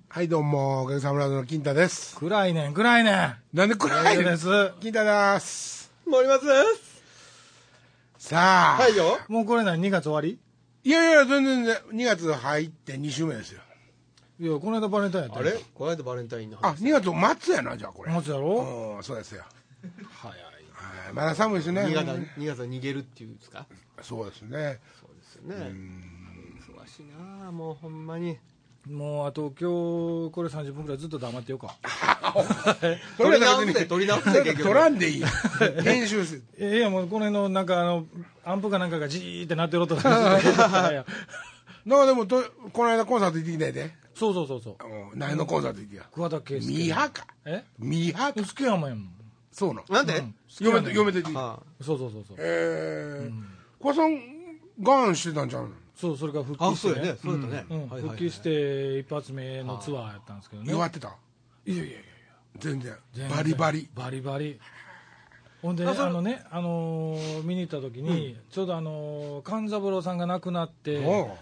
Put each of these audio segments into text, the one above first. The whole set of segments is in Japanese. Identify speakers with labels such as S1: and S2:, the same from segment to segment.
S1: はいどうもおかげさまでの金太です。
S2: 暗いねん暗いねん。
S1: なんで暗い
S2: です。
S1: 金太です。
S3: 森松です。
S1: さあ、
S3: はいよ。
S2: もうこれ何2月終わり？
S1: いやいや全然ね2月入って2週目ですよ。
S2: いやこの間バレンタインやった
S3: あれこの間バレンタインの
S1: あ、2月末やな。じゃあこれ
S2: 末やろ。
S1: そうですよ。
S2: 早い。
S1: はい、まだ寒いですね。
S3: 2月は逃げるっていうんですか。
S1: そうですね。
S3: そうですよね。忙しいなもうほんまに。
S2: もうあと今日これ30分くらいずっと黙ってようか。
S1: それは別に
S3: 取り直して結局
S1: 取らんでいい。編集する。
S2: いやもうこの辺のなんかアンプかなんかがジーって鳴ってる音がずっと聞こえてたらや。
S1: だからでもこの間コンサート行ってきたで。
S2: そうそう。
S1: 何のコンサート行ってきた？
S2: 桑田佳祐。
S1: ミーハか。ミーハか。
S2: 好きやもん。
S1: そうなの。
S3: なんで？
S1: 嫁と行ってきた。
S2: そう。
S1: 小さんガンしてたんちゃうの？
S2: そう、それから復帰して、
S3: そうやね。そうやったね。
S2: 復帰して一発目のツアーやったんですけどね。
S1: 弱ってた？
S2: いや
S1: 全然バリバリ
S2: ほんで見に行った時に、ちょうど勘三郎さんが亡くなって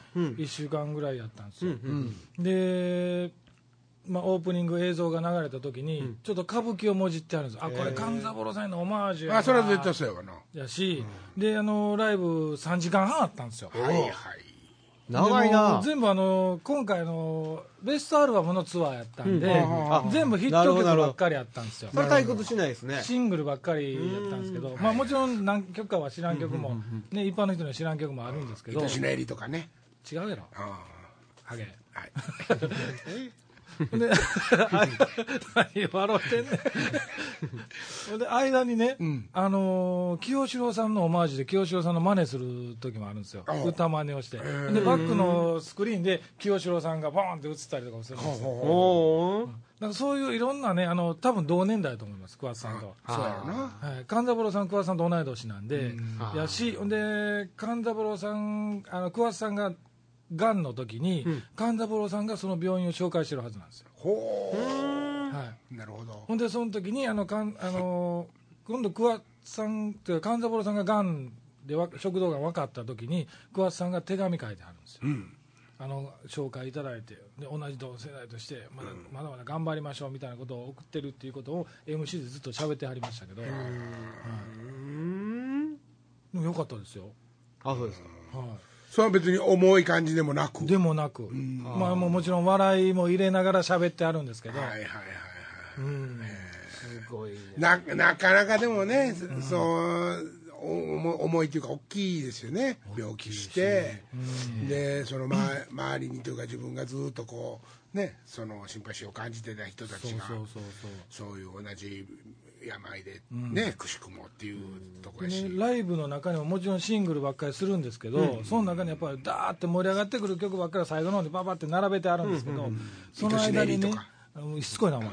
S2: 1週間ぐらいやったんですよ。でオープニング映像が流れた時に、ちょっと歌舞伎をもじってあるんです。あ、これ勘三郎さんへのオマージュやな。
S1: それは絶対そうやわな。
S2: やし、でライブ3時間半あったんですよ。
S1: はい
S3: 長いな。
S2: 全部今回ベストアルバムのツアーやったんで、全部ヒット曲ばっかりやったんですよ。
S3: それ退屈しないですね。
S2: シングルばっかりやったんですけど、まあもちろん何曲かは知らん曲もね、一般の人には知らん曲もあるんですけど。
S1: 愛しのエリとかね。
S2: 違うやろ。ハゲ。
S1: はい。
S2: で何笑ってんねん。で間にね、清志郎さんのオマージュで清志郎さんの真似する時もあるんですよ。歌真似をして、でバックのスクリーンで清志郎さんがボーンって映ったりとかもするんですよ。なんかそういういろんなね、多分同年代だと思います、桑田さんと。
S1: そうやろな。
S2: 勘三郎さん桑田さんと同い年なんで、やし、で勘三郎さん桑田さんががんの時に、勘三郎さんがその病院を紹介してるはずなんですよ。
S1: なるほど。
S2: ほんでその時に今度桑田さんというか勘三郎さんががんで食道がん分かった時に桑田さんが手紙書いてあるんですよ。紹介いただいて、で同じ同世代としてまだまだ頑張りましょうみたいなことを送ってるっていうことを MC でずっと喋ってはりましたけど、でもよかったですよ。
S3: あ、そうですか。
S1: それは別に重い感じでもなく。
S2: まあもちろん笑いも入れながら喋ってあるんですけど。
S3: すごいね。
S1: なかなかでもね、そう重いというか大きいですよね。病気してでその周りにというか自分がずっとこうね、そのシンパシーを感じてた人たちがそういう同じ病でね、くしくもっていうとこやし、
S2: ライブの中にももちろんシングルばっかりするんですけど、その中にやっぱりダーって盛り上がってくる曲ばっかり最後の方でババって並べてあるんですけど、その間にね、しつこいなお前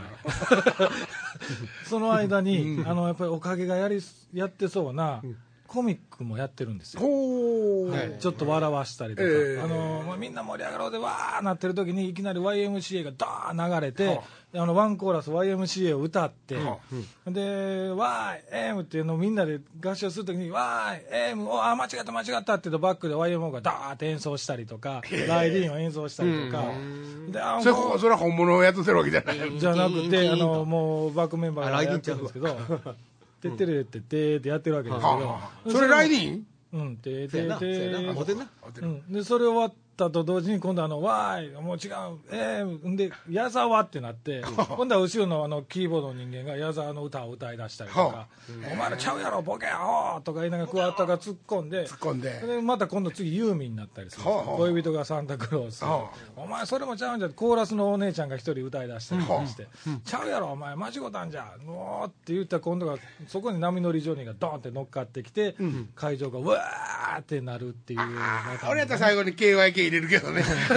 S2: その間にやっぱりおかげがやってそうなコミックもやってるんですよ。ちょっと笑わしたりとか、みんな盛り上がろうでわーなってる時にいきなり YMCA がダー流れて、ワンコーラス YMCA を歌って、で YM っていうのをみんなで合唱する時に YM 間違ったって言うとバックで YMO がダーって演奏したりとか、ライディーンを演奏したりとか、
S1: それは本物をやってるわけじゃない。
S2: じゃなくてもうバックメンバーがやってるんですけどてってれってってってやってるわけですけど、
S1: それライディーン？
S2: ててでそれ終わったと同時に今度わーいもう違うで矢沢ってなって、今度は後ろのキーボードの人間が矢沢の歌を歌い出したりとか、お前らちゃうやろボケやほーとか言いながら桑田が突っ込んででまた今度次ユーミンになったりするんですよ。恋人がサンタクロース、お前それもちゃうんじゃ、コーラスのお姉ちゃんが一人歌い出したりとかして、ちゃうやろお前間違ったんじゃもうって言ったら、今度がそこに波乗りジョニーがドーンって乗っかってきて、会場がうわーってなるっていう。
S1: 俺やったら最後に KYK 入れるけどね。って
S3: そ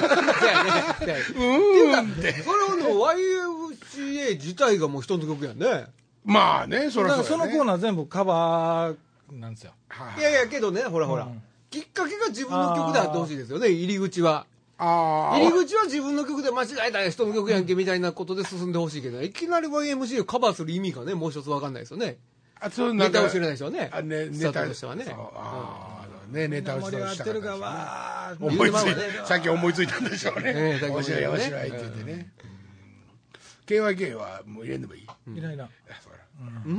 S3: れの YMCA 自体がもう人の曲やんね。
S1: まあね、そのコ
S2: ーナー全部カバーなんですよ。
S3: いやけどね、ほら、きっかけが自分の曲であってほしいですよね。入り口は自分の曲で間違えた人の曲やんけみたいなことで進んでほしいけど、いきなり YMCA をカバーする意味がね、もう一つ分かんないですよね。ネタを知らないでしょうね。ネタとしてはね。
S1: ネタをしてる
S2: か
S1: さっき思いついたんでしょうね。面白いって言ってね。 KYK はもう入れんでもいい、
S2: いないな。
S1: そうや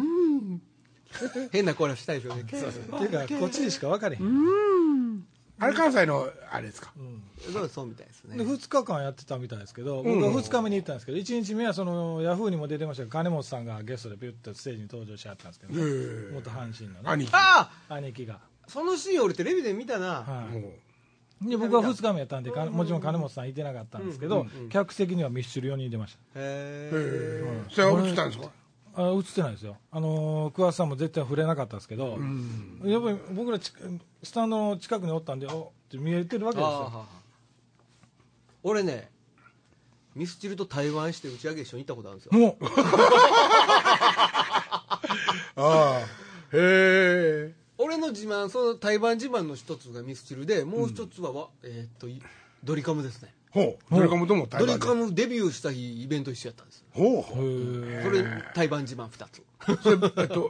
S3: 変な声したいですよね。そうそう
S2: ていうかこっちにしか分かれへん。
S1: あれ関西のあれですか、
S3: そうみたいですね。
S2: で2日間やってたみたいですけど、僕は2日目に行ったんですけど、1日目はそのヤフーにも出てましたけど、金本さんがゲストでビュッとステージに登場しはったんですけど、元阪神のね
S1: 兄貴
S2: 兄貴が。
S3: そのシーン俺テレビで見たな。
S2: はい
S1: もう
S2: で僕は2日目やったんで、もちろん金本さんいてなかったんですけど、客席にはミスチル4人出ました。
S1: それは映ったんですか？
S2: 映ってないですよ。桑田さんも絶対触れなかったですけど、やっぱり僕らスタンドの近くにおったんで、おって見えてるわけですよ。
S3: 俺ね、ミスチルと対バンして打ち上げ一緒に行ったことあるんですよ。
S2: もう
S1: ああへえ。
S3: 俺の自慢、その対バン自慢の一つがミスチルで、もう一つは、ドリカムですね。
S1: ほう、ドリカムとも対
S3: ド
S1: バンで。
S3: リカムデビューした日イベント一緒やったんです。
S1: ほうほう。
S3: それ対バン自慢2つ。
S1: それ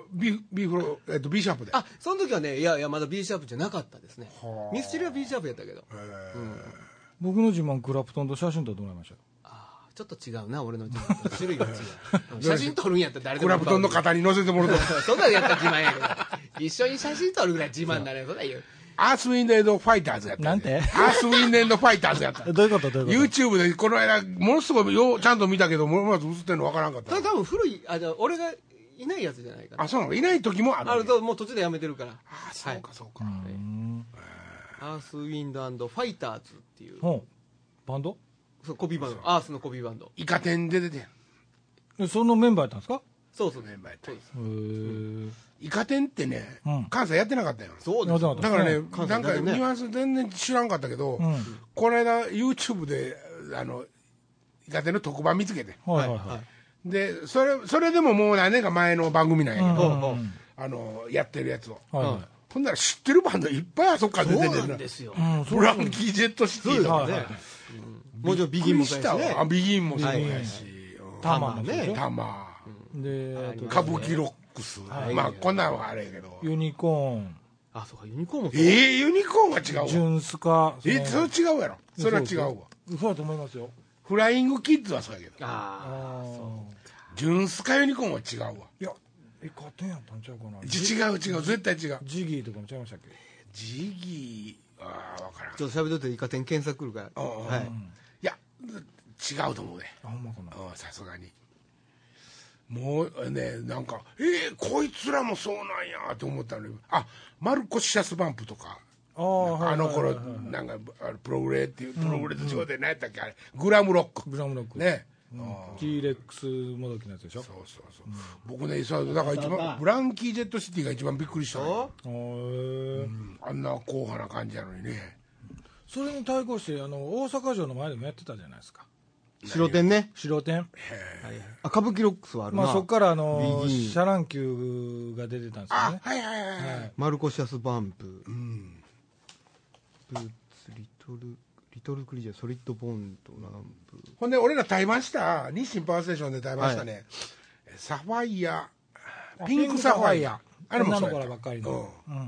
S1: B フロB シャープで。
S3: あ、その時はね、いやまだ B シャープじゃなかったですね。ミスチルは B シャープやったけど。
S2: 僕の自慢クラプトンと写真撮ってもらいましたよ。
S3: ちょっと違うな、俺の自慢と種類が違う。写真撮るんやったら誰でも
S1: クラプトンの型に乗せてもらうと。
S3: そんなのやったら自慢やけど、一緒に写真撮るぐらい自慢になるよ、そんなん言う。
S1: アースウィンドエンドファイターズやった。
S2: なんて
S1: アースウィンドエンドファイターズやった。
S2: どういうことどういうこと
S1: YouTube でこの間、ものすごいようちゃんと見たけど、ものすごい映ってんの分からんかった
S3: それ。多分古い、俺がいないやつじゃないかな。
S1: あ、そうなのいない時もある。
S3: あると、もう途中でやめてるから。
S1: あ、そうかそうか。
S3: アースウィンド&ファイターズっていう、
S2: ほうバンド
S3: そうコピーバンド、アースのコピーバンド。
S1: イカ天で出てん。
S2: でそのメンバーやったんですか？
S3: そうそう
S1: メンバーやった
S3: そうです。
S2: へー
S1: イカ天ってね
S2: うん、
S1: 関西やってなかったよ。
S3: そうです。
S2: やってな
S1: だからね、
S3: 関西
S1: なんか
S3: だね
S1: ニュアンス全然知らんかったけど、
S2: うん
S1: この間 YouTube でイカ天の特番見つけて、
S2: はいはいはい。
S1: でそれでももう何年か前の番組なんやけど、
S2: うん
S1: やってるやつを、
S2: はいはい
S1: ほんなら知ってるバンドいっぱいあそこから出て
S3: そう
S1: る
S3: なんですよ。
S2: うん
S1: ブランキー・ジェット・シティとかね、
S2: はいはい
S3: もちろんビギンもそうやしね
S1: びっくりしたわ。あビギンもそうやし、
S2: タマもそうでしょ
S1: タマ
S2: であと
S1: 歌舞伎ロックス、まあこんなのはあれやけど、
S2: ユニコーン
S3: あ、そうか、ユニコーンもそう。
S1: ユニコーンは違うわ。
S2: ジュンスカ
S1: それ違うやろ。それは違うわ。
S2: そうだと思いますよ。
S1: フライングキッズはそうやけど、
S3: あ
S1: ジュンスカユニコーンは違うわ。
S2: いやイカ天やったんちゃうかな。
S1: 違う絶対違う。
S2: ジギーとかもちゃいましたっけ？
S1: ジギー分からん。
S3: ちょっと喋っとってイカ天検索来るから。はい。
S1: いや違うと思うね。
S2: あほんまかな。
S1: さすがにもうね、なんかこいつらもそうなんやと思ったのに、マルコ・シャスバンプとか、あの頃なんかプログレっていうプログレと違うで何やったっけ、あれグラムロック
S2: グラムロック
S1: ね、
S2: T レックスもどきのやつでしょ。
S1: そう僕ね、だから一番ブランキー・ジェット・シティが一番びっくりしたの、あんな硬派な感じやのにね。
S2: それに対抗して大阪城の前でもやってたじゃないですか、
S3: 白天ね。
S2: 白天。
S3: 歌舞伎ロックスはあるな。
S2: そこからシ
S3: ビギン
S2: ャランキューが出てたんですよね。
S1: はい
S3: マルコシャスバンプ。ブーツ、リトルクリジャー、ソリッドボンド、ランプ。
S1: ほんで俺ら対バンした日清パワーステーションで対バンしたね、サファイア、ピンクサファイア、あれもそうやった
S2: 女の子らばっかりの。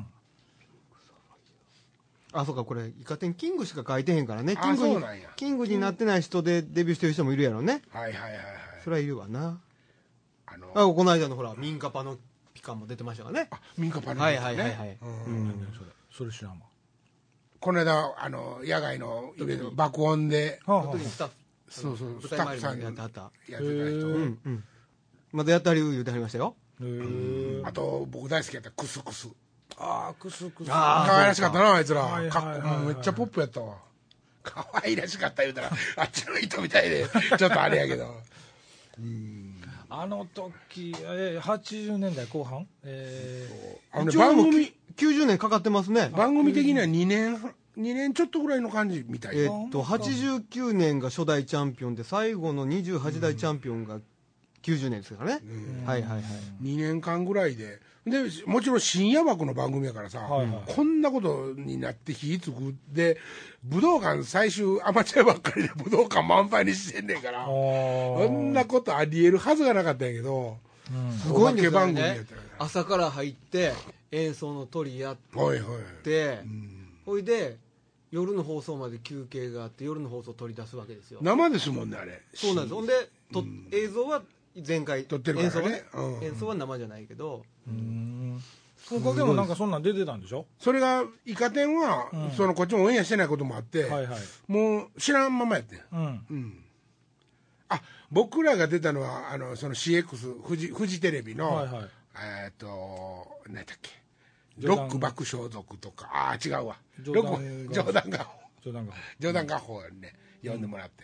S3: あ、そうか、これ、イカ天キングしか書いてへんからね。
S1: そうなんや。
S3: キングになってない人でデビューしてる人もいるやろね。
S1: はい
S3: それはいるわな。この間のほら、ミンカパのピカンも出てましたからね。
S1: ミンカパネル
S3: はい
S1: ですね。
S3: はいはいはい。
S2: それ知らんわ。
S1: この間野外のイベント爆音で
S3: その時にスタッフ、
S1: そう
S3: 舞
S1: スタッフさんに
S3: 台周りでやってはった。
S1: やってた人、
S3: まだやったり言うてはりましたよ。
S1: あと僕大好きやったクスクス、
S2: クスクス。
S1: 可愛らしかったなあいつら、
S2: はいはいはいはい
S1: めっちゃポップやったわ。可愛らしかった言うたらあっちの人みたいでちょっとあれやけど
S2: あの時80年代後半
S1: 番組
S3: 90年かかってますね。
S1: 番組的には2年ちょっとぐらいの感じみたい
S3: 89年が初代チャンピオンで、最後の28代チャンピオンが90年ですからね。はいはいはい。
S1: 2年間ぐらいでもちろん深夜枠の番組やからさ、こんなことになって火つくで武道館最終アマチュアばっかりで武道館満杯にしてんねんから、そんなことありえるはずがなかったんやけど、
S3: すごいんですよ
S1: 番組や
S3: ね
S1: ったから。
S3: 朝から入って演奏のトリやってほいで夜の放送まで休憩があって、夜の放送を取り出すわけですよ。
S1: 生ですもんねあれ。
S3: そうなんです。ほんで映像は前回
S1: 撮ってるからね、
S3: 演奏は生じゃないけど、
S2: おかげもなんかそんなん出てたんでしょ。
S1: それがイカ天は、こっちもオンエアしてないこともあって、もう知らんままやってん、あ、僕らが出たのはその CX フジテレビの、何だっけ、ロック爆笑族とか、違うわ、冗談画法ね、呼んでもらって、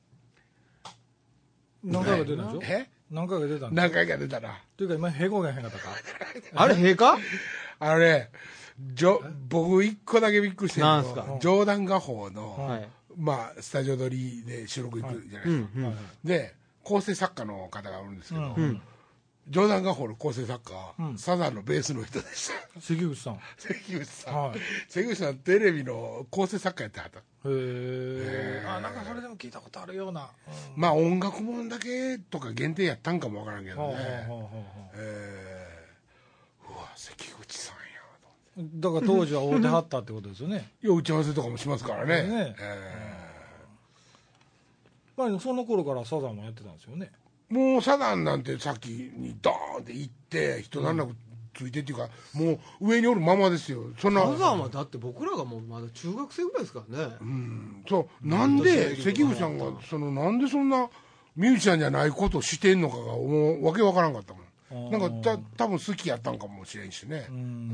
S2: 何回か出たんでしょ。何回か出たんでしょ。
S1: 何回か出たな。
S2: というか今へこがへんかったか。
S3: あれへか
S1: 僕一個だけびっくりしてるの
S3: は
S1: 冗談画法の、スタジオ撮りで収録行くじゃないですか、で構成作家の方がおるんですけど、冗談画法の構成作家、サザンのベースの人でした。
S2: 関口さん、
S1: 関口さんテレビの構成作家やってはった。
S2: なんかそれでも聞いたことあるような、
S1: まあ音楽もんだけとか限定やったんかもわからんけどね。うわ、関口さんや
S2: だから当時は会うてはったってことですよね。
S1: いや、打ち合わせとかもしますからね。
S2: まあその頃からサザンもやってたんですよね。
S1: もうサザンなんてさっきにドーンって行って一段落ついてっていうか、もう上におるままですよ。
S3: サザンはだって僕らがもうまだ中学生ぐらいですからね。
S1: そうなんで関口さんがなんでそんなミュージシャンじゃないことをしてんのかがもうわけわからんかったもん。なんか多分好きやったんかもしれんしね。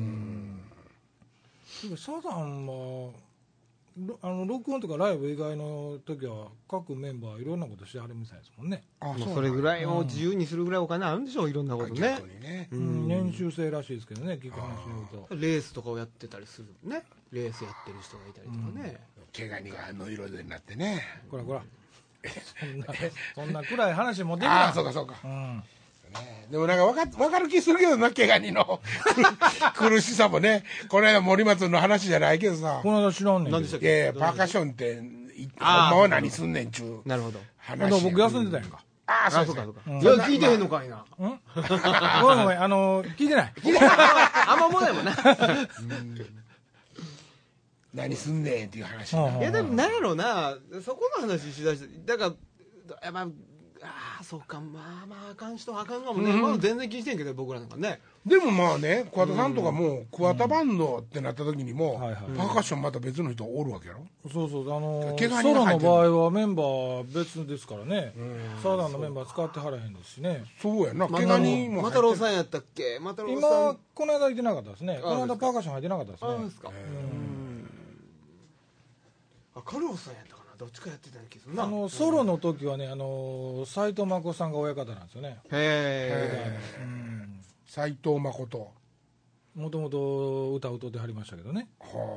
S2: サザンは録音とかライブ以外の時は各メンバーいろんなことしてはるみたいですもんね。
S3: それぐらいを自由にするぐらいお金あるんでしょう、いろんなことね。
S2: 年収制らしいですけどね、聞く話によると。
S3: レースとかをやってたりするね。レースやってる人がいたりとかね。
S1: 毛ガニが色々になってね。
S2: こらそんな暗い話も出るわ。
S1: そうかそうか。でもなんか分かる気するけどな、毛ガニの苦しさもね。この間森松の話じゃないけどさ、
S2: この間知らんねんけど、
S1: いやいやパーカッションってほんまは何すんねんちゅう。
S3: なるほど。
S2: 僕休んでたやんか。
S3: そうか。いや、聞いてへんのかいな。
S2: ごめん聞いてない。
S3: あんま思わないもんな。
S1: 何すんねんっていう話。
S3: いやでもなんやろうな、そこの話しだして、だからやっぱそうか、まああかん人はあかんかもね。まだ全然気にしてんけど、僕らなんかね。
S1: でもまあね、桑田さんとかも桑田バンドってなった時にもパーカッションまた別の人おるわけやろ。
S2: そうソロの場合はメンバー別ですからね。サザンのメンバー使ってはらへんですしね。
S1: そうやな。毛ガニも
S3: マタロウさんやったっけ。今
S2: この間いてなかったですね。この間パーカッション入ってなかったですね。
S3: そうですか。カルロスさんやったかな、どっちかやってたんですけどな。
S2: ソロの時はね、斎藤真さんが親方なんですよね。
S1: 斎藤真
S2: もともと歌を歌ってはりましたけどね。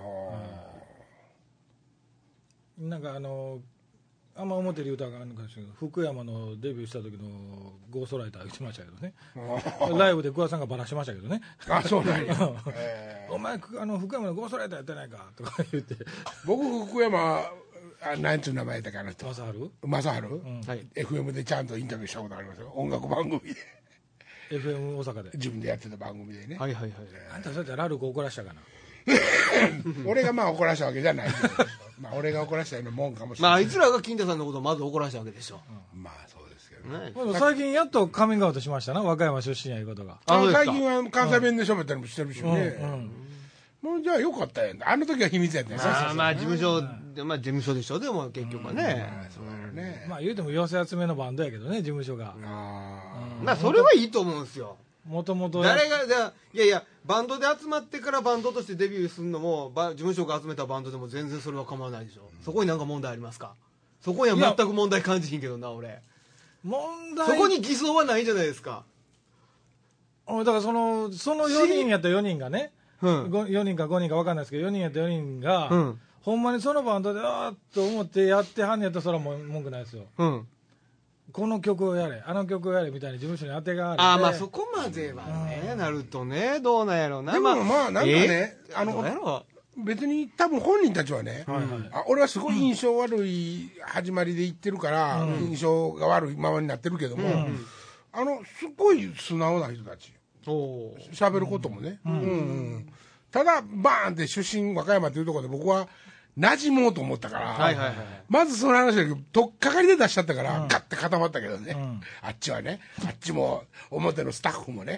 S2: なんかあんま思ってる歌があるんかもしれないけど、福山のデビューした時のゴーストライター言ってましたけどね。ライブで桑田さんがバラしましたけどね。
S1: そうなんや。
S2: お前福山のゴーストライターやってないかとか言って。
S1: 僕福山何ちゅう名前だっけ、あの人。
S2: 正治、
S1: FM でちゃんとインタビューしたことありますよ、音楽番組で。
S2: FM 大阪で
S1: 自分でやってた番組でね。
S2: あんたそうやってラルク怒らしたかな。
S1: 俺が怒らしたわけじゃないけど、俺が怒らしたようなもんかもしれない。
S3: あいつらが金田さんのことをまず怒らしたわけでしょ。
S1: そうですけど
S2: ね。最近やっとカミングアウトしましたな、和歌山出身やいうことが。
S1: 最近は関西弁で喋ったりもしてるしね。もうじゃあよかったやん。あの時は秘密やったやん。
S3: 事務所でしょ。でも結局はね。
S2: 言うても寄せ集めのバンドやけどね、事務所が。
S3: それはいいと思うんですよ。
S2: もともと
S3: 誰がいやバンドで集まってからバンドとしてデビューするのも事務所が集めたバンドでも全然それは構わないでしょ。そこに何か問題ありますか。そこには全く問題感じひんけどな、俺。そこに偽装はないじゃないですか。
S2: だからその4人やった4人がね、4人か5人か分かんないですけど、4人やった4人が、ほんまにそのバンドでと思ってやってはんねやったらそれはもう文句ないですよ。この曲をやれ、あの曲をやれみたいな事務所に当てがある。
S3: そこまではね、なるとね、どうなんやろうな。
S1: でもなんかね、別に多分本人たちはね、俺はすごい印象悪い始まりで言ってるから、印象が悪いままになってるけども、すごい素直な人たち。喋ることもね。ただバーンって出身和歌山っていうところで僕は馴染もうと思ったから、
S3: はいはいはい、
S1: まずその話だけど、とっかかりで出しちゃったから、ガッて固まったけどね、あっちはね、あっちも表のスタッフもね。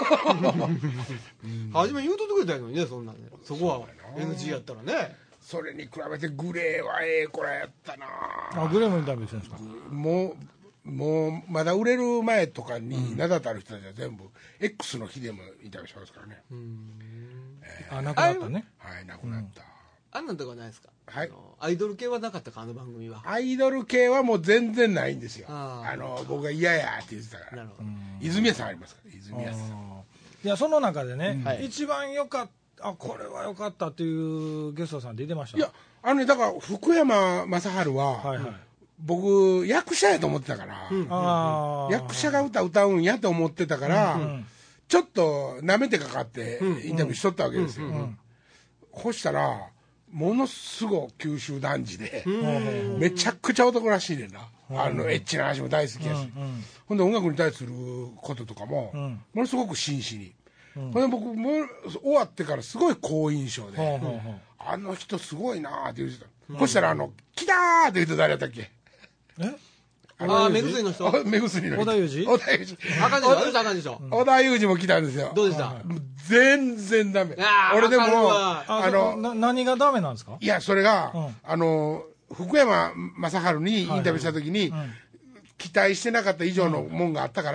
S3: 初め言うとってくれたのにね、そんなんね、そこは NG やったらね。
S1: それに比べてグレーはこれやったな。
S2: グレーもインタビューしてるんですか。
S1: もうまだ売れる前とかに名だたる人たちは全部 X の日でもインタビューしてますからね。
S2: 亡くなったね。
S1: はい、亡くなった。
S3: あんなんとかないですか。
S1: はい、
S3: アイドル系はなかったか、あの番組は。
S1: アイドル系はもう全然ないんですよ。僕が嫌やって言ってたから。泉谷さんありますから、泉谷さん。
S2: いや、その中でね、一番良かった、これは良かったっていうゲストさん出てました。
S1: いや、だから福山雅治は、僕役者やと思ってたから、役者が歌うんやと思ってたから、ちょっとなめてかかってインタビューしとったわけですよ。こうしたらものすごい九州男児で、めちゃくちゃ男らしいねんな。エッチな話も大好きやし、ほんで音楽に対することとかもものすごく真摯に、ほんで僕も終わってからすごい好印象で、あの人すごいなって言ってた。そしたら来たーって言うと誰やったっけ。
S3: 目薬の人。
S1: 目薬の人。
S2: 織田裕二。
S3: 赤でしょ。
S1: 織田裕二も来たんですよ。
S3: どうでした。
S1: 全然ダメ。俺でも
S2: 何がダメなんですか。
S1: いや、それが福山雅治にインタビューした時に期待してなかった以上のもんがあったから、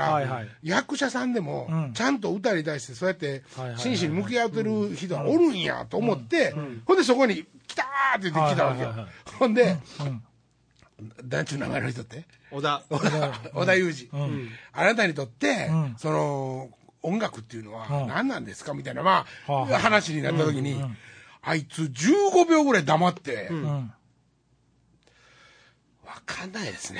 S1: 役者さんでもちゃんと歌に対してそうやって真摯に向き合ってる人はおるんやと思って、ほんでそこに来たーって言って来たわけよ。ほんで何ちゅう名前の人って
S3: 織田
S1: 裕二、あなたにとって、その音楽っていうのは何なんですかみたいな、話になった時に、あいつ15秒ぐらい黙って、分かんないですね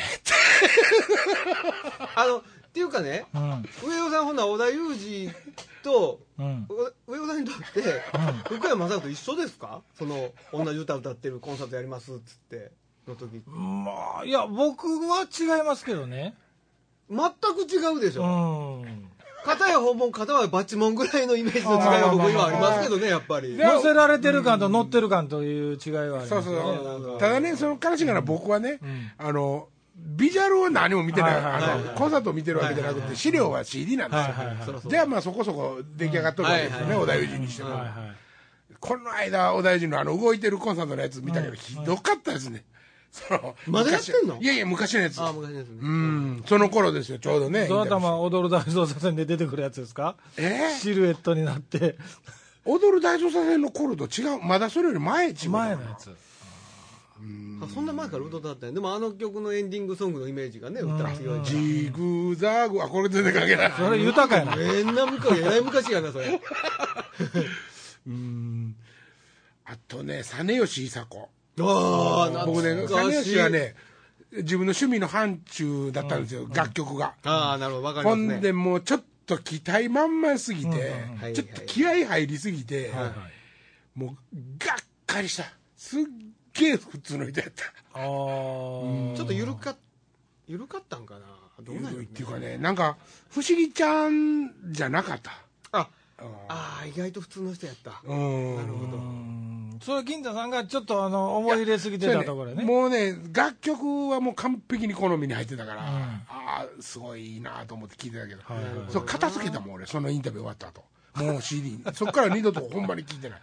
S3: っていうかね、上尾さんほんな織田裕二と、上尾さんにとって福山雅治と一緒ですか。その同じ歌歌ってるコンサートやりますっつっての時。
S2: いや僕は違いますけどね。
S3: 全く違うでしょ。片や本物片やバチモンぐらいのイメージの違いは僕にはありますけどね、やっぱり。
S2: 乗せられてる感と乗ってる感という違いはありますね。
S1: そうただね、その悲しいから僕はね、ビジュアルを何も見てない、コンサートを見てるわけじゃなくて、資料は CD なんですよ。じゃあそこそこ出来上がっとるわけですよね、織田裕二にしても。この間織田裕二の動いてるコンサートのやつ見たけど、ひどかったですね。
S3: まだやってんの。
S1: いやいや、昔のやつ。
S3: 昔のやつね。
S1: その頃ですよ、ちょうどね。
S2: ドラマ踊る大捜査線で出てくるやつですか。シルエットになって
S1: 踊る大捜査線の頃と違う。まだそれより前の
S2: やつ。
S3: そんな前から歌だったんや。でもあの曲のエンディングソングのイメージがね、歌強い。
S1: ジグザグ、これ全然関係ない。
S2: それ豊かやな。
S3: えらい昔やなそれ。
S1: あとね、実吉伊佐子。
S3: 僕
S1: ね、実吉はね、自分の趣味の範疇だったんですよ、楽曲が。
S3: なるほど、わかりますね。
S1: ほんでもうちょっと期待満々すぎて、ちょっと気合入りすぎて、もうがっかりした。すっげえ普通の人やった。
S3: ちょっと緩かったんかな。
S1: どうなんっていうかね、なんか不思議ちゃんじゃなかった。
S3: 意外と普通の人やった。なるほど。
S2: それ金田さんがちょっと思い入れすぎてたところね。
S1: もうね、楽曲はもう完璧に好みに入ってたから、すごいいいなと思って聞いてたけど、それ片付けたもん俺、そのインタビュー終わった後、もう CD そっから二度とほんまに聞いてない。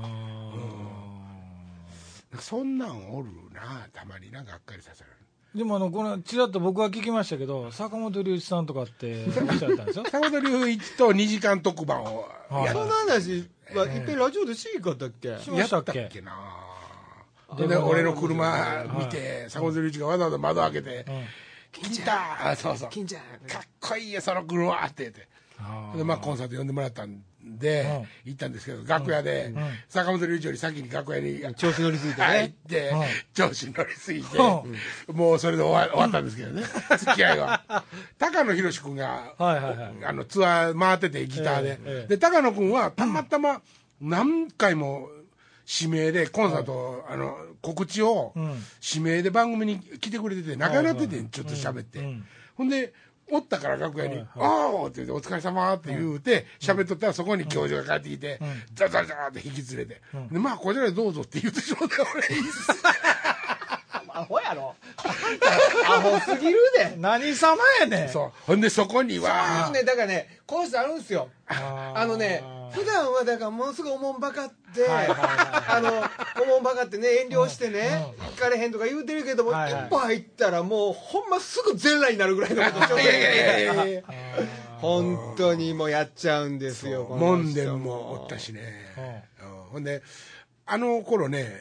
S1: そんなんおるな、たまにな、がっかりさせられる。
S2: でもこのちらっと僕は聞きましたけど、坂本龍一さんとかっておっしゃったんですよ。
S1: 坂本龍一と2時間特番を
S3: やった。その話はいっぺんラジオでしかったっけ。
S2: しましたっけ
S1: な。で俺の車見て坂本龍一がわざわざ窓開けて「金ちゃん、そうそう、
S3: 金ちゃん
S1: かっこいいよその車」って言って、でコンサート呼んでもらったんで行ったんですけど、楽屋で坂本龍一より先に楽屋に
S3: 調子乗りすぎてね、
S1: 入って調子乗りすぎて、もうそれで終わったんですけどね、付き合いは。高野宏君がツアー回っててギターで、高野君はたまたま何回も指名でコンサート告知を指名で番組に来てくれてて、仲良くなっててちょっと喋って、ほんでおったから楽屋に「ああ」って言って「お疲れ様って言うて喋っとったらそこに教授が帰ってきてザザザって引き連れてでまあこちらでどうぞって言ってしまって俺いいっす
S3: アホやろアホすぎるで
S2: 何様やねん。
S1: そうほんでそこには
S3: ねだからねこうしてあるんですよ普段はだからものすごいおもんばかっておもんばかってね遠慮してね行かれへんとか言うてるけども一歩入ったらもうほんますぐ全裸になるぐらいのことちょっと本当にもうやっちゃうんですよ
S1: 門田もおったしねほんであの頃ね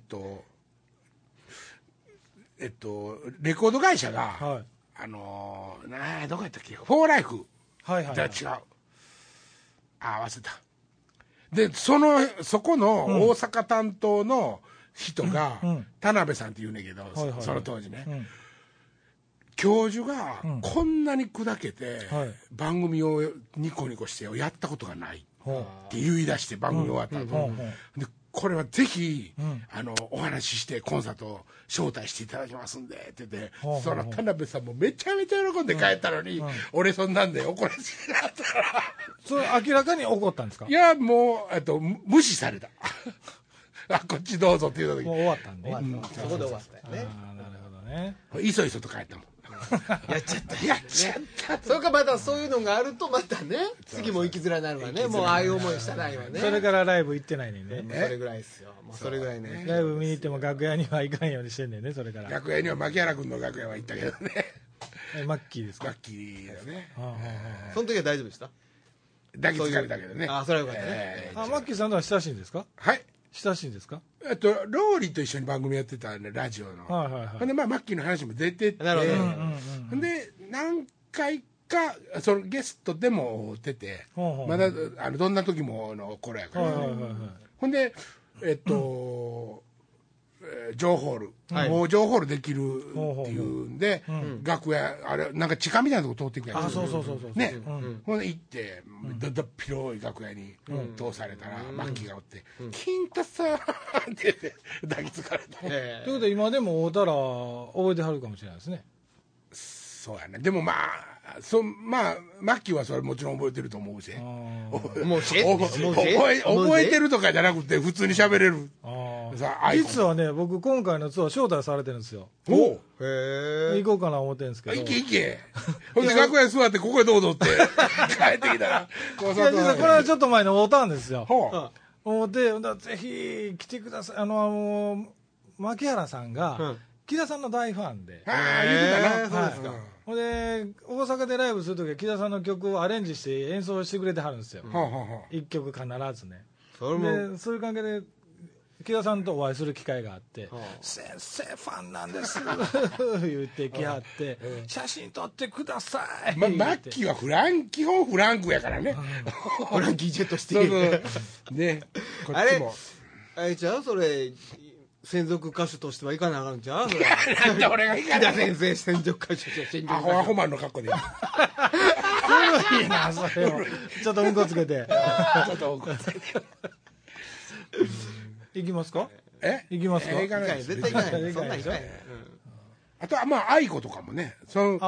S1: レコード会社がどこやったっけフォーライフじゃ違う忘れたでそこの大阪担当の人が田辺さんって言うねんけどその当時ね教授がこんなに砕けて番組をニコニコしてやったことがないって言い出して番組終わった後でこれはぜひお話ししてコンサート招待していただきますんでって言ってその田辺さんもめちゃめちゃ喜んで帰ったのに俺そんなんで怒らせてなかったから
S2: それ明らかに怒ったんですか？
S1: いやもう無視されたこっちどうぞって言った時
S2: もう終わったんで
S3: そこで終わったよね
S2: なるほどね
S1: いそいそと帰ったもん
S3: やっちゃったそれかまたそういうのがあるとまたね次も行きづらいになるわねもうああいう思いしたないわね
S2: それからライブ行ってないねんね
S3: それぐらいですよもうそれぐらいね
S2: ライブ見に行っても楽屋には行かんようにしてんねんねそれから
S1: 楽屋には牧原君の楽屋は行ったけどね
S2: マッキーですか？
S1: マッキーだよね
S3: その時は大丈夫でした
S1: 抱きつかれたけどね
S3: それはよかったね
S2: マッキーさんとは親しいんですか？
S1: はい
S2: 親しいんですか？
S1: ローリーと一緒に番組やってたねラジオのほんでマッキーの話も出ててほんで何回かそのゲストでも出てまだどんな時もの頃やからほんでジョーホールもうジョーホールできるっていうんで楽屋あれなんか地下みたいなとこ通っていくやつねほんで行ってだっ広い楽屋に通されたらマッキーがおって「金太さん」って言って抱きつかれたと
S2: いうことで今でも会うたら覚えてはるかもしれないですね
S1: そうやねでもまあマッキーはそれもちろん覚えてると思うし覚えてるとかじゃなくて普通に喋れる
S2: 実はね僕今回のツアー招待されてるんですよ
S1: 行
S2: こうかな思ってるんですけど
S1: 行けほんで楽屋座ってここへどうぞって帰ってきたら
S2: 実はこれはちょっと前に会うたんですよ思ってぜひ来てください牧原さんが木田さんの大ファンで
S1: 言ってたな
S3: そうですか
S2: ほんで大阪でライブするときは木田さんの曲をアレンジして演奏してくれてはるんですよ一曲必ずねでそういう関係で木田さんとお会いする機会があって「先生ファンなんです」言ってきはって「写真撮ってください」
S1: マッキーは基本フランクやからね
S3: フランキー・ジェット・シティ
S1: ねこっちも
S3: あれちゃうそれ専属歌手としてはいかなあかんちゃう
S1: なんで俺がいかない
S3: 先生専属歌手
S1: アホアホマンの格好で
S2: 古いなそれをちょっとうんこつけて行きますか行きますか
S1: 行かない
S3: 絶対行かないそんなん行かない
S1: あとは愛子とかもね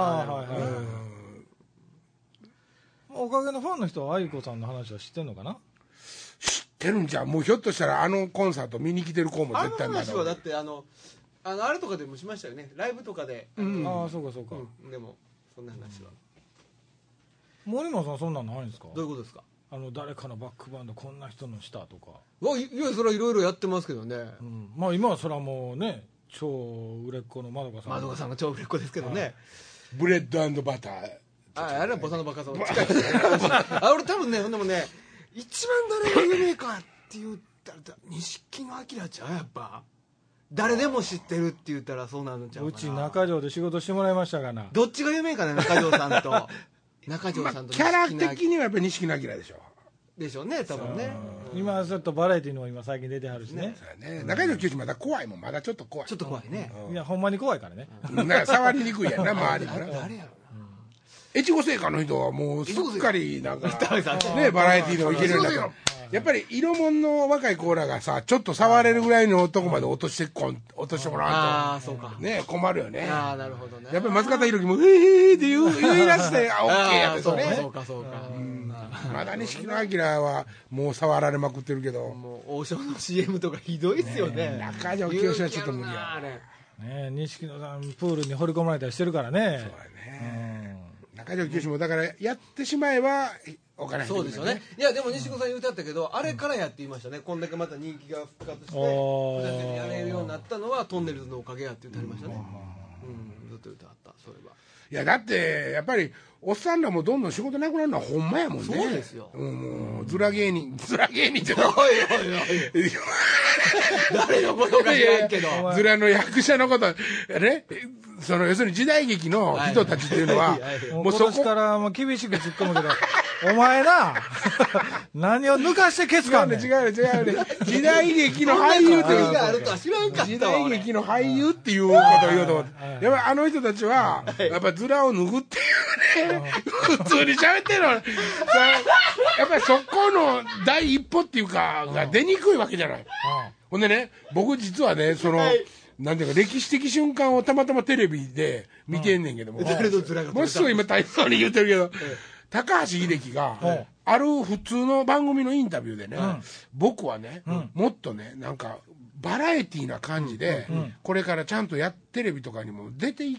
S2: おかげのファンの人は愛子さんの話は知ってんのかな
S1: 知ってるんじゃんもうひょっとしたらコンサート見に来てる子も絶対
S3: 話はだってあれとかでもしましたよねライブとかで
S2: そうか
S3: でもそんな話は
S2: 森本さんそんなのないんですか
S3: どういうことですか
S2: 誰かのバックバンドこんな人のしたとか
S3: いやそれはいろいろやってますけどね
S2: まあ今はそれはもうね超売れっ子のまどか
S3: さんが超売れっ子ですけどね
S1: ブレッド&バター
S3: あれはボサノバカさん近い俺多分ねでもね一番誰が有名かって言ったら錦野旦ちゃうやっぱ誰でも知ってるって言ったらそうなのちゃうかな
S2: うち中条で仕事してもらいましたがな
S3: どっちが有名かな中条さんと
S1: キャラ的にはやっぱり錦野旦でしょ
S3: でしょうね多分ね
S2: 今ちょっとバラエティーの今最近出てはるしね
S1: 中条清まだ怖いもんまだちょっと怖い
S3: ね
S2: いやほんまに怖いからね
S1: なんか触りにくいやんな周りもな
S3: 誰やろ
S1: 越後製菓の人はもうすっかりなんかねバラエティーのいけるようになったやっぱり色物の若い子らがさちょっと触れるぐらいのとこまで落としてもらわんとね困るよね。
S3: なるほどね。
S1: やっぱり松方弘樹もって言い出してオッケーやったですね。
S3: そうか
S1: まだ錦野旦はもう触られまくってるけど、
S3: もう王将の CM とかひどいですよね。
S1: 中条きよしはちょっと無理や
S2: ね。錦野さんプールに掘り込まれたりしてるからね。
S1: そうやね。中条きよしもだからやってしまえばお金
S3: そうですよね。いやでも錦野さん言うてあったけど、あれからやって言いましたね。こんだけまた人気が復活してやれるようになったのはトンネルズのおかげやって言ってありましたね。ずっと言ってあった。それは。
S1: いやだってやっぱりおっさんらもどんどん仕事なくなるのはほんまやもんね。
S3: そうですよ。
S1: もうズラ芸人って誰
S3: のことか知らんけど、
S1: ズラの役者のことね、その要するに時代劇の人たちっていうのは
S2: もうそこからもう厳しく突っ込むけどお前な何を抜かして消すかねん。
S1: 違う時代劇の俳優っていう
S3: があるとは知らんかったわ。
S1: 時代劇の俳優っていうことを言おうと思って、やっぱりあの人たちはやっぱりズラを脱ぐっていうね普通に喋ってるのやっぱりそこの第一歩っていうかが出にくいわけじゃない。ほんでね、僕実はねその、なんていうか歴史的瞬間をたまたまテレビで見てんねんけども、もしそう今大層に言うてるけど、高橋英樹がある普通の番組のインタビューでね、僕はね、もっとねなんかバラエティーな感じで、これからちゃんとテレビとかにも出ていって、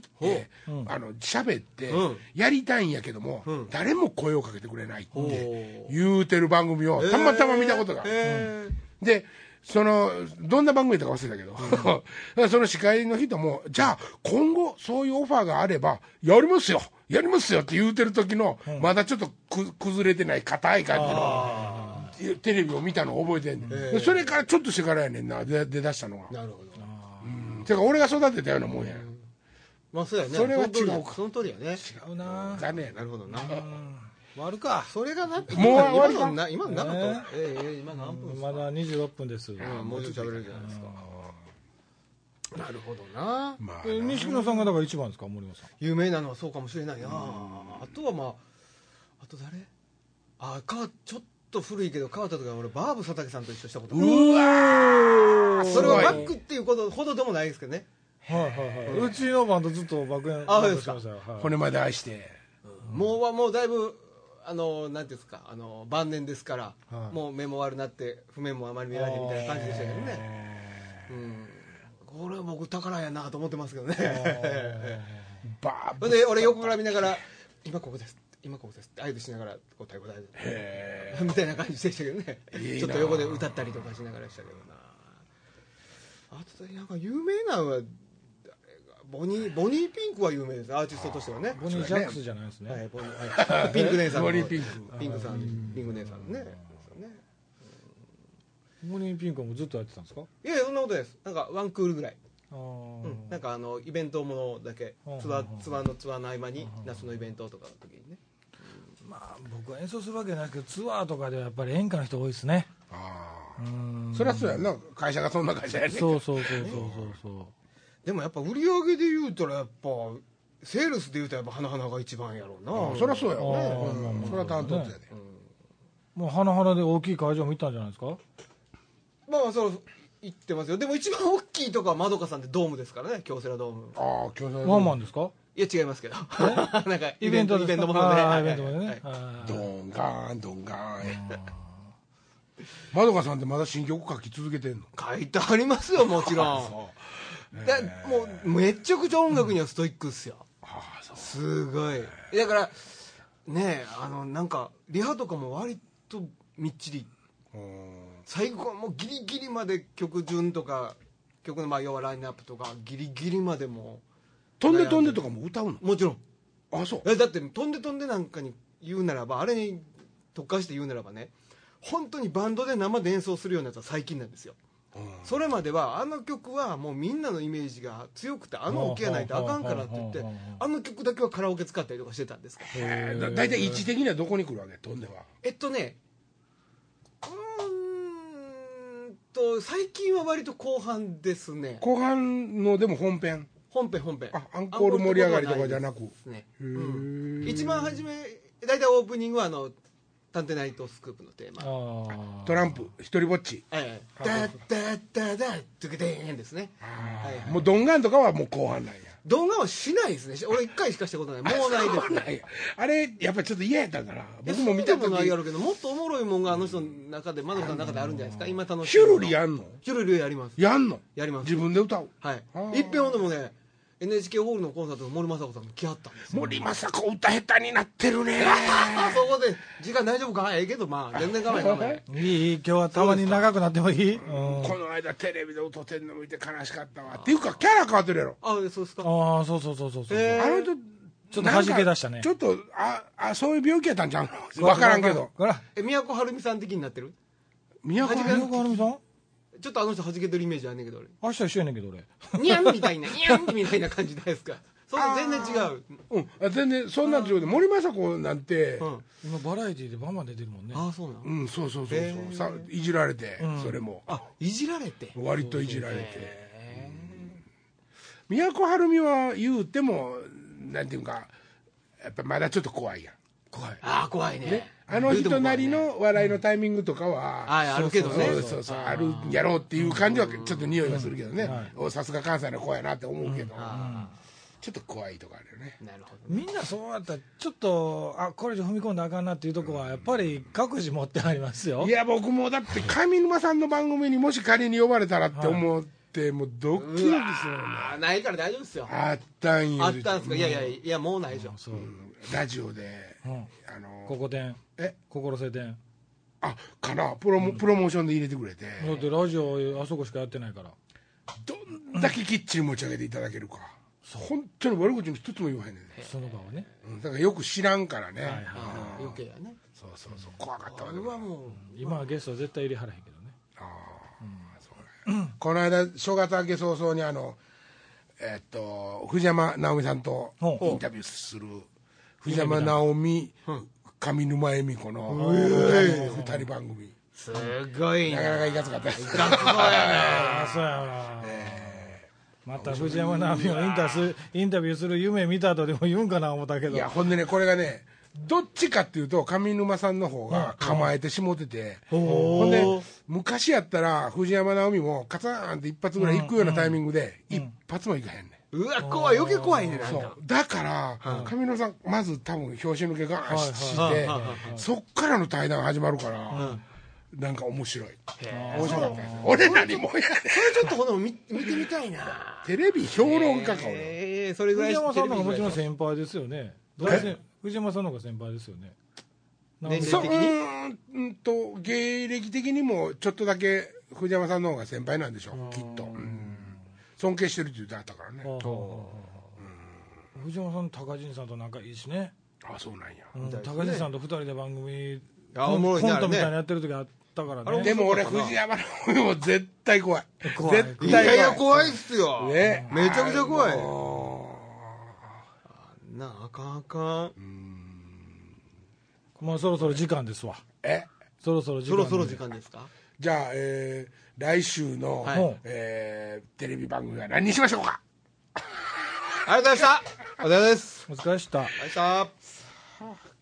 S1: 喋ってやりたいんやけども、誰も声をかけてくれないって言うてる番組をたまたま見たことがある。でどんな番組とか忘れたけど、その司会の人もじゃあ今後そういうオファーがあればやりますよって言うてる時の、まだちょっと崩れてない硬い感じのテレビを見たのを覚えてんねん。それからちょっとしてからやねんな出だしたのが。
S3: なるほど。
S1: てか俺が育てたようなもんや。
S3: まあそうやね。
S1: それは違うか。
S3: その通りやね。
S2: 違うな。
S1: だね。
S3: なるほどな。
S2: 終わるか。
S3: それがなって
S1: もう終わりか。
S3: 今なかった。今何分？
S2: まだ26分です。
S3: もうちょっと喋れるじゃないですか。なるほどな。
S2: 錦野さんがだから一番ですか、森本さん。
S3: 有名なのはそうかもしれないな。あとはあと誰？ちょっと古いけど川田とか俺バーブ佐竹さんと一緒したことある。
S1: うわー。
S3: それはバックっていうことほどでもないですけどね。
S2: うちのバンドずっと爆炎
S1: しましたよ。骨まで愛して。
S3: もうだいぶなんていうんですか晩年ですから、もう目も悪なって譜面もあまり見られへんみたいな感じでしたけどね。これは僕宝やなと思ってますけどね。で俺横から見ながら今ここですって合図しながらこう太鼓台みたいな感じでしたけどね。ちょっと横で歌ったりとかしながらしたけどな。あとなんか有名なのはボニーピンクは有名です、アーティストとしてはね。
S2: ボニー・ジャックスじゃないですね。
S3: ピンク姉さんの
S1: ボニーピンク
S3: 姉さんね。
S2: ボニーピンクもずっとやってたんですか？
S3: いやそんなことないです。なんかワンクールぐらい。なんかイベントものだけツアーの合間に夏のイベントとかの時にね。
S2: まあ僕は演奏するわけじゃないですけど、ツアーとかではやっぱり演歌の人多いですね。
S1: そりゃそうやな、会社がそんな会社やね。
S2: そう
S3: でもやっぱ売り上げで言うたらやっぱセールスで言うたらやっぱ花々が一番やろうな。
S1: そりゃそうやね。そりゃ担当やで。
S2: もう花々で大きい会場も行ったんじゃないですか？
S3: まあそう行ってますよ。でも一番大きいとこはまどかさんってドームですからね、京セラドーム。
S1: 京セラドーム。
S2: ワンマンですか？
S3: いや違いますけど。なんかイベントものでね。
S1: ドンガーンドンガーン。まどかさんってまだ新曲書き続けてんの？
S3: 書いてありますよ、もちろん。もうめちゃくちゃ音楽にはストイックっすよ。すごい。だからねなんかリハとかも割とみっちり。最後はもうギリギリまで曲順とか曲の要はラインナップとかギリギリまでも
S1: 飛んで飛んでとかも歌うの？
S3: もちろん。
S1: そう
S3: だって飛んで飛んでなんかに言うならばあれに特化して言うならばね、本当にバンドで生で演奏するようなやつは最近なんですよ。それまではあの曲はもうみんなのイメージが強くてオケやないとあかんからって言ってあの曲だけはカラオケ使ったりとかしてたんですから。
S1: 大体位置的にはどこに来るわけ？飛んでは
S3: 最近は割と後半ですね。
S1: 後半のでも本編
S3: アン
S1: コール盛り上がりとかじゃなく
S3: ね。一番初め大体オープニングは探偵ナイトスクープのテーマ。
S1: トランプ一人ぼっち。
S3: ダッダッダッダットゥケデーンですね。
S1: もうドンガンとかはもう後半なんや。
S3: 動画はしないですね。俺1回しかしたことない。もうないですね。
S1: あれやっぱりちょっと嫌やったから僕も見た
S3: ことないやろうけど、もっとおもろいもんがあの人の中で、マドさんの中であるんじゃないですか。今楽しい。
S1: ヒュルリやんの？
S3: ヒュルリやります。
S1: やんの？
S3: やります。
S1: 自分で歌う？
S3: はい。いっぺんほんでもね、NHK ホールのコンサートの森昌子さんも来はったんです。
S1: 森昌子歌下手になってるね。
S3: そこで時間大丈夫か？ええけど、まあ全然構え構え。
S2: いい、今日はたまに長くなってもいい？
S1: この間テレビで歌ってんの見て悲しかったわ。っていうかキャラ変わってるやろ。
S3: あ、そうですか。
S2: ああ、そうそう。あの人ちょっと弾け出したね。
S1: ちょっとそういう病気やったんちゃうの？分からんけど。
S3: 宮古はるみさん的になってる？
S2: 宮古はるみさん？
S3: ちょっとあの人弾けてるイメージあんねんけど俺。
S2: 明日一緒やねんけど俺。
S3: ニャンみたいなニャンみたいな感じないですか。それ全然違う。
S1: 全然そんなん違うで、森昌子なんて
S2: 今バラエティーでバンバン出てるもんね。
S3: ああ、そうな
S1: の？そういじられて、それも
S3: いじられて
S1: 割といじられて。宮古はるみは言うてもなんていうかやっぱまだちょっと怖いやん。
S3: 怖いね。
S1: あの人なりの笑いのタイミングとかは
S3: あるけどね。
S1: そうあるんやろうっていう感じはちょっと匂いがするけどね。さすが関西の子やなって思うけど、ちょっと怖いとかあるよね。
S3: なるほど。
S2: みんなそうやったらちょっとこれ以上踏み込んだらあかんなっていうとこはやっぱり各自持ってありますよ。
S1: いや僕もだって上沼さんの番組にもし仮に呼ばれたらって思ってもうドッキドキする
S3: の。ないから大丈夫ですよ。
S1: あったん
S3: あったんすか？いやもうないでしょ。
S1: ラジオで
S2: ここ店心せ店
S1: かなプロモーションで入れてくれて。
S2: だってラジオあそこしかやってないから。
S1: どんだけきっちり持ち上げていただけるか。本当に悪口に一つも言わへんねん。
S2: その場はね。
S1: だからよく知らんからね。
S3: 余計やね。
S1: そう怖かったわ。
S2: 今はゲストは絶対入れはらへんけど
S1: ね。この間正月明け早々に藤山直美さんとインタビューする藤山直美上沼恵美子の2人番組。
S3: すごい
S1: なかなかいかつかったです。
S3: いかつそうやな。
S2: そうやな。また藤山直美をインタビューする夢見た後でも言うんかな思ったけど。
S1: いやほんでねこれがねどっちかっていうと上沼さんの方が構えてしもてて、ほんで昔やったら藤山直美もカツーンって一発ぐらい行くようなタイミングで一発も行かへんねん。
S3: うわ余計怖いね。
S1: そうだから上沼さんまず多分拍子抜けがしてそっからの対談始まるからなんか面白かったです。俺何もやねん。それ
S3: ちょっとほん見てみたいな。
S1: テレビ評論家か
S3: 俺。それぐらい
S2: 藤山さんの方がもちろん先輩ですよね。藤山さんの方が先輩ですよね。
S3: 年齢的に
S1: 芸歴的にもちょっとだけ藤山さんの方が先輩なんでしょうきっと。尊敬してるって言ってあったからね。
S2: 藤山さん高陣さんと仲いいしね。
S1: そうなんや。
S2: 高陣さんと2人で番組
S3: コ
S2: ントみたいなやってる時あったからね。
S1: でも俺藤山の方も絶対怖い。絶対
S3: いや怖いっすよ。めちゃくちゃ怖い。あかん。
S2: まあそろそろ時間ですわ。そろそろ時
S3: 間ですか。
S1: じゃあ来週のテレビ番組は何にしましょうか。
S3: ありがとうございました。
S2: お疲れ様でした。
S3: お疲れ様でした。